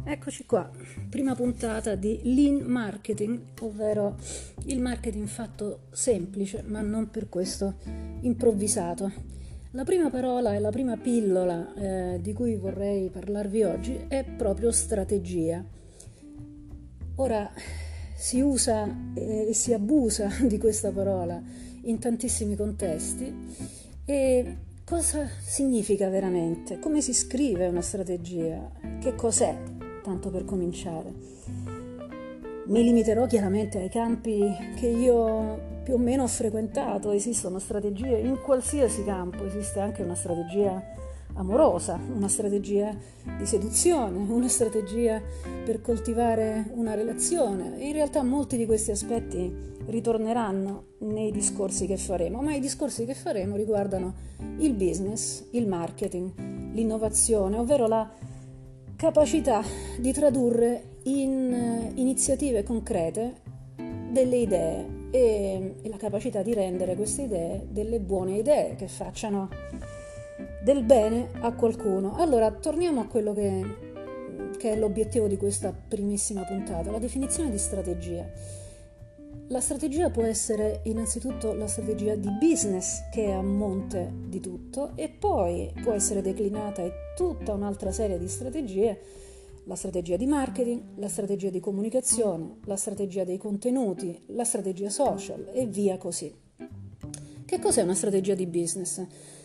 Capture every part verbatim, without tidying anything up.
Eccoci qua, prima puntata di Lean Marketing, ovvero il marketing fatto semplice, ma non per questo improvvisato. La prima parola e la prima pillola eh, di cui vorrei parlarvi oggi è proprio strategia. Ora, si usa e si abusa di questa parola in tantissimi contesti e cosa significa veramente? Come si scrive una strategia? Che cos'è? Tanto per cominciare. Mi limiterò chiaramente ai campi che io più o meno ho frequentato. Esistono strategie in qualsiasi campo, esiste anche una strategia amorosa, una strategia di seduzione, una strategia per coltivare una relazione. In realtà molti di questi aspetti ritorneranno nei discorsi che faremo, ma i discorsi che faremo riguardano il business, il marketing, l'innovazione, ovvero la capacità di tradurre in iniziative concrete delle idee e, e la capacità di rendere queste idee delle buone idee che facciano del bene a qualcuno. Allora, torniamo a quello che, che è l'obiettivo di questa primissima puntata, la definizione di strategia. La strategia può essere innanzitutto la strategia di business, che è a monte di tutto, e poi può essere declinata in tutta un'altra serie di strategie, la strategia di marketing, la strategia di comunicazione, la strategia dei contenuti, la strategia social e via così. Che cos'è una strategia di business?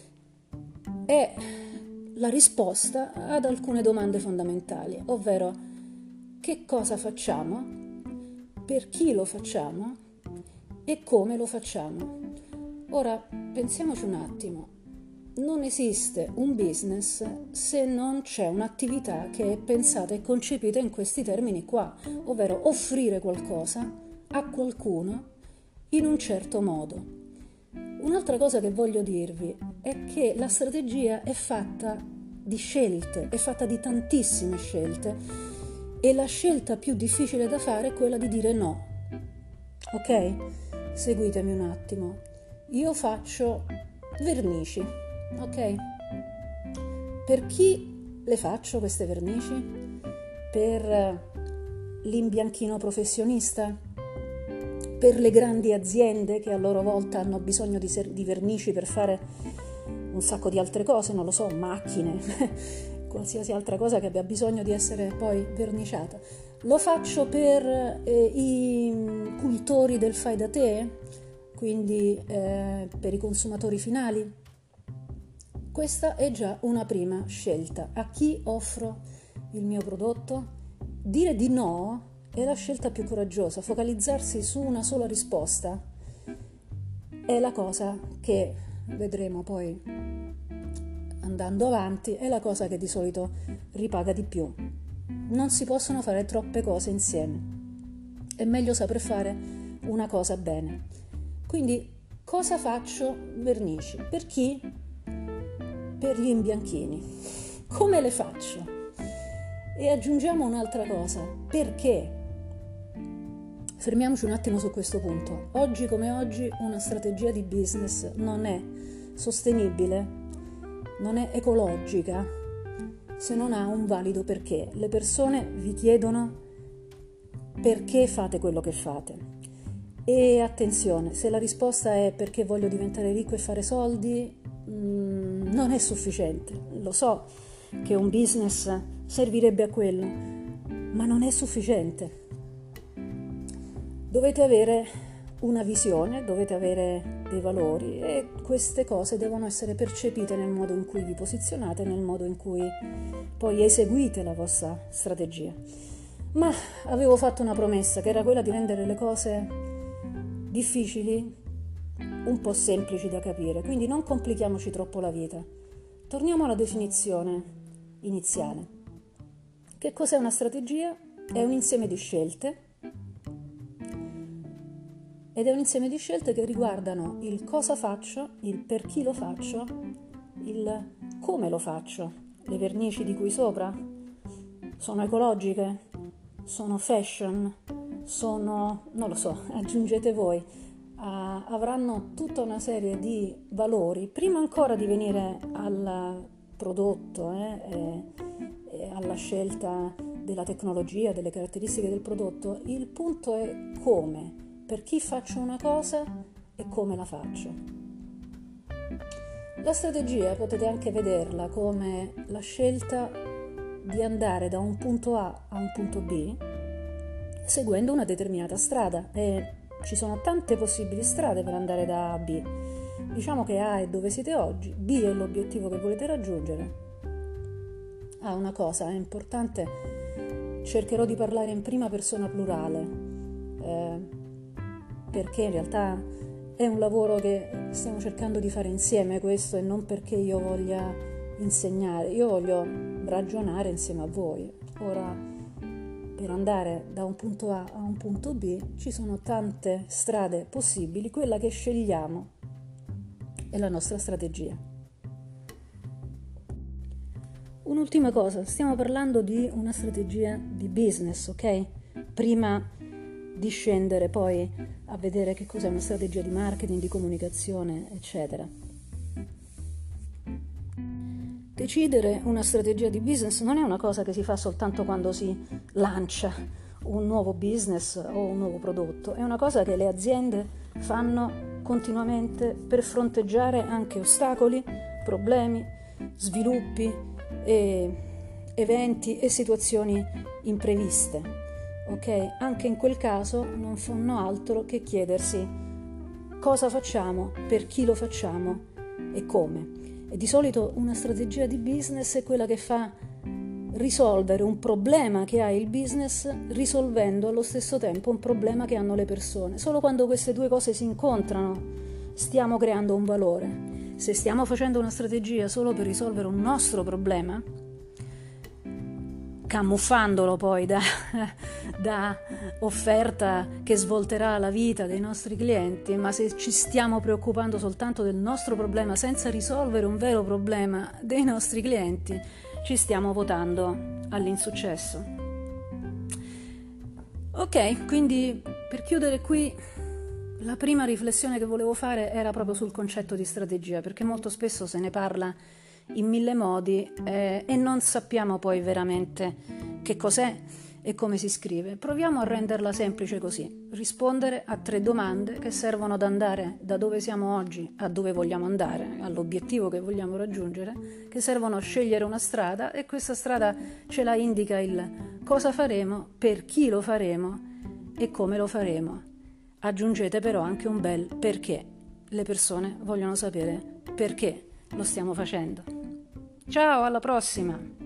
È la risposta ad alcune domande fondamentali, ovvero che cosa facciamo, per chi lo facciamo e come lo facciamo. Ora, pensiamoci un attimo. Non esiste un business se non c'è un'attività che è pensata e concepita in questi termini qua, ovvero offrire qualcosa a qualcuno in un certo modo. Un'altra cosa che voglio dirvi è che la strategia è fatta di scelte, è fatta di tantissime scelte, e la scelta più difficile da fare è quella di dire no. Ok? Seguitemi un attimo. Io faccio vernici, ok? Per chi le faccio queste vernici? Per l'imbianchino professionista? Per le grandi aziende che a loro volta hanno bisogno di, ser- di vernici per fare un sacco di altre cose, non lo so, macchine, qualsiasi altra cosa che abbia bisogno di essere poi verniciata. Lo faccio per eh, i cultori del fai da te, quindi eh, per i consumatori finali. Questa è già una prima scelta. A chi offro il mio prodotto? Dire di no è la scelta più coraggiosa. Focalizzarsi su una sola risposta è la cosa che vedremo poi andando avanti, è la cosa che di solito ripaga di più. Non si possono fare troppe cose insieme. È meglio saper fare una cosa bene. Quindi, cosa faccio? Vernici. Per chi? Per gli imbianchini. Come le faccio? E aggiungiamo un'altra cosa. Perché? Fermiamoci un attimo su questo punto. Oggi come oggi una strategia di business non è sostenibile, non è ecologica se non ha un valido perché. Le persone vi chiedono perché fate quello che fate. E attenzione, se la risposta è perché voglio diventare ricco e fare soldi, mh, non è sufficiente. Lo so che un business servirebbe a quello, ma non è sufficiente. Dovete avere una visione, dovete avere dei valori e queste cose devono essere percepite nel modo in cui vi posizionate, nel modo in cui poi eseguite la vostra strategia. Ma avevo fatto una promessa che era quella di rendere le cose difficili un po' semplici da capire, quindi non complichiamoci troppo la vita. Torniamo alla definizione iniziale. Che cos'è una strategia? È un insieme di scelte ed è un insieme di scelte che riguardano il cosa faccio, il per chi lo faccio, il come lo faccio. Le vernici di qui sopra sono ecologiche? Sono fashion? Sono, non lo so, aggiungete voi. Uh, avranno tutta una serie di valori prima ancora di venire al prodotto eh, e, e alla scelta della tecnologia, delle caratteristiche del prodotto, il punto è come, per chi faccio una cosa e come la faccio. La strategia potete anche vederla come la scelta di andare da un punto A a un punto B seguendo una determinata strada, e ci sono tante possibili strade per andare da A a B. Diciamo che A è dove siete oggi, B è l'obiettivo che volete raggiungere. Ah, una cosa è importante, cercherò di parlare in prima persona plurale, eh, perché in realtà è un lavoro che stiamo cercando di fare insieme, questo, e non perché io voglia insegnare, io voglio ragionare insieme a voi. Ora, per andare da un punto A a un punto B ci sono tante strade possibili, quella che scegliamo è la nostra strategia. Un'ultima cosa, stiamo parlando di una strategia di business, ok? Prima di scendere poi a vedere che cos'è una strategia di marketing, di comunicazione, eccetera. Decidere una strategia di business non è una cosa che si fa soltanto quando si lancia un nuovo business o un nuovo prodotto, è una cosa che le aziende fanno continuamente per fronteggiare anche ostacoli, problemi, sviluppi, e eventi e situazioni impreviste. Ok? Anche in quel caso non fanno altro che chiedersi cosa facciamo, per chi lo facciamo e come. E di solito una strategia di business è quella che fa risolvere un problema che ha il business risolvendo allo stesso tempo un problema che hanno le persone. Solo quando queste due cose si incontrano stiamo creando un valore. Se stiamo facendo una strategia solo per risolvere un nostro problema, camuffandolo poi da, da offerta che svolterà la vita dei nostri clienti, ma se ci stiamo preoccupando soltanto del nostro problema senza risolvere un vero problema dei nostri clienti, ci stiamo votando all'insuccesso. Ok, quindi per chiudere qui, la prima riflessione che volevo fare era proprio sul concetto di strategia, perché molto spesso se ne parla in mille modi eh, e non sappiamo poi veramente che cos'è e come si scrive. Proviamo a renderla semplice così: rispondere a tre domande che servono ad andare da dove siamo oggi a dove vogliamo andare, all'obiettivo che vogliamo raggiungere, che servono a scegliere una strada, e questa strada ce la indica il cosa faremo, per chi lo faremo e come lo faremo. Aggiungete però anche un bel perché. Le persone vogliono sapere perché lo stiamo facendo. Ciao, alla prossima!